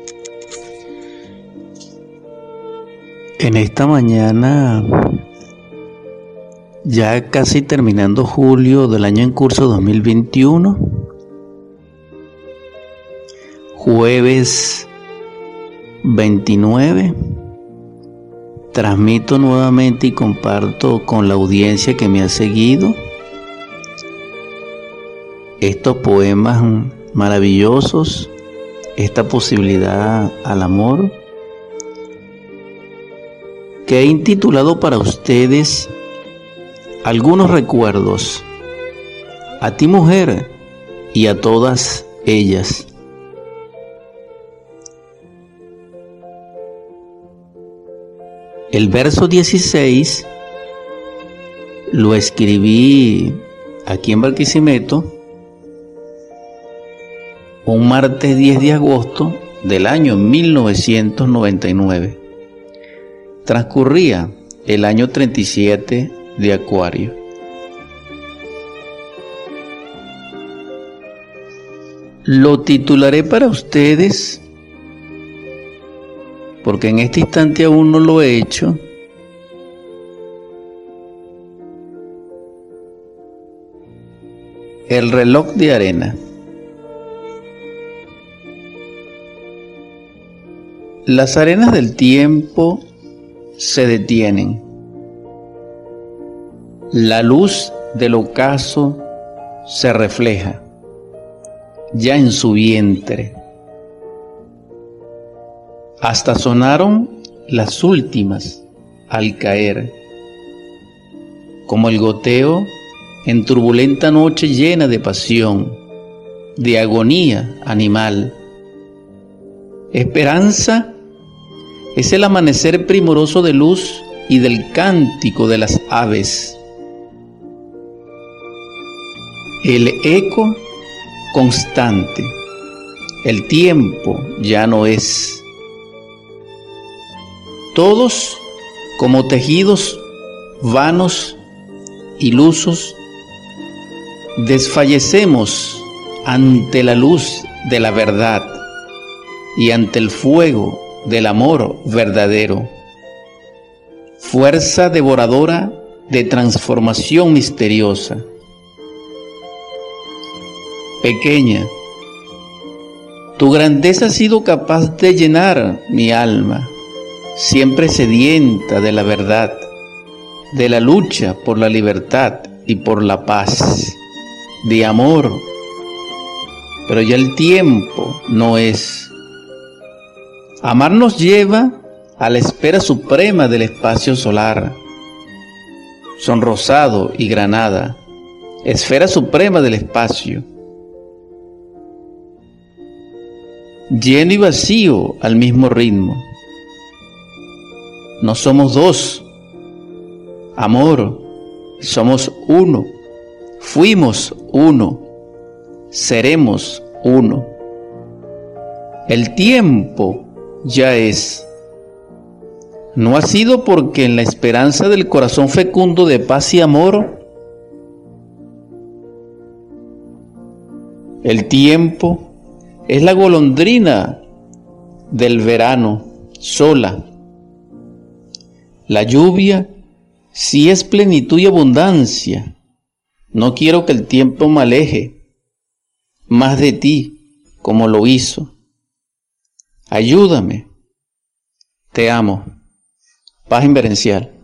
En esta mañana, ya casi terminando julio del año en curso 2021, jueves 29, transmito nuevamente y comparto con la audiencia que me ha seguido estos poemas maravillosos, esta posibilidad al amor, que he intitulado para ustedes algunos recuerdos, a ti mujer y a todas ellas. El verso 16 lo escribí aquí en Barquisimeto un martes 10 de agosto del año 1999. Transcurría el año 37 de Acuario. Lo titularé para ustedes porque en este instante aún no lo he hecho. El reloj de arena. Las arenas del tiempo se detienen. La luz del ocaso se refleja ya en su vientre. Hasta sonaron las últimas al caer, como el goteo en turbulenta noche llena de pasión, de agonía animal. Esperanza es el amanecer primoroso de luz y del cántico de las aves. El eco constante, el tiempo ya no es. Todos como tejidos vanos, ilusos, desfallecemos ante la luz de la verdad y ante el fuego del amor verdadero, fuerza devoradora de transformación misteriosa. Pequeña, tu grandeza ha sido capaz de llenar mi alma, siempre sedienta de la verdad, de la lucha por la libertad y por la paz, de amor, pero ya el tiempo no es. Amar nos lleva a la espera suprema del espacio solar, sonrosado y granada, esfera suprema del espacio, lleno y vacío al mismo ritmo. No somos dos, amor, somos uno, fuimos uno, seremos uno. El tiempo ya es. ¿No ha sido porque en la esperanza del corazón fecundo de paz y amor, el tiempo es la golondrina del verano sola? La lluvia sí es plenitud y abundancia. No quiero que el tiempo me aleje más de ti como lo hizo. Ayúdame. Te amo. Paz inverencial.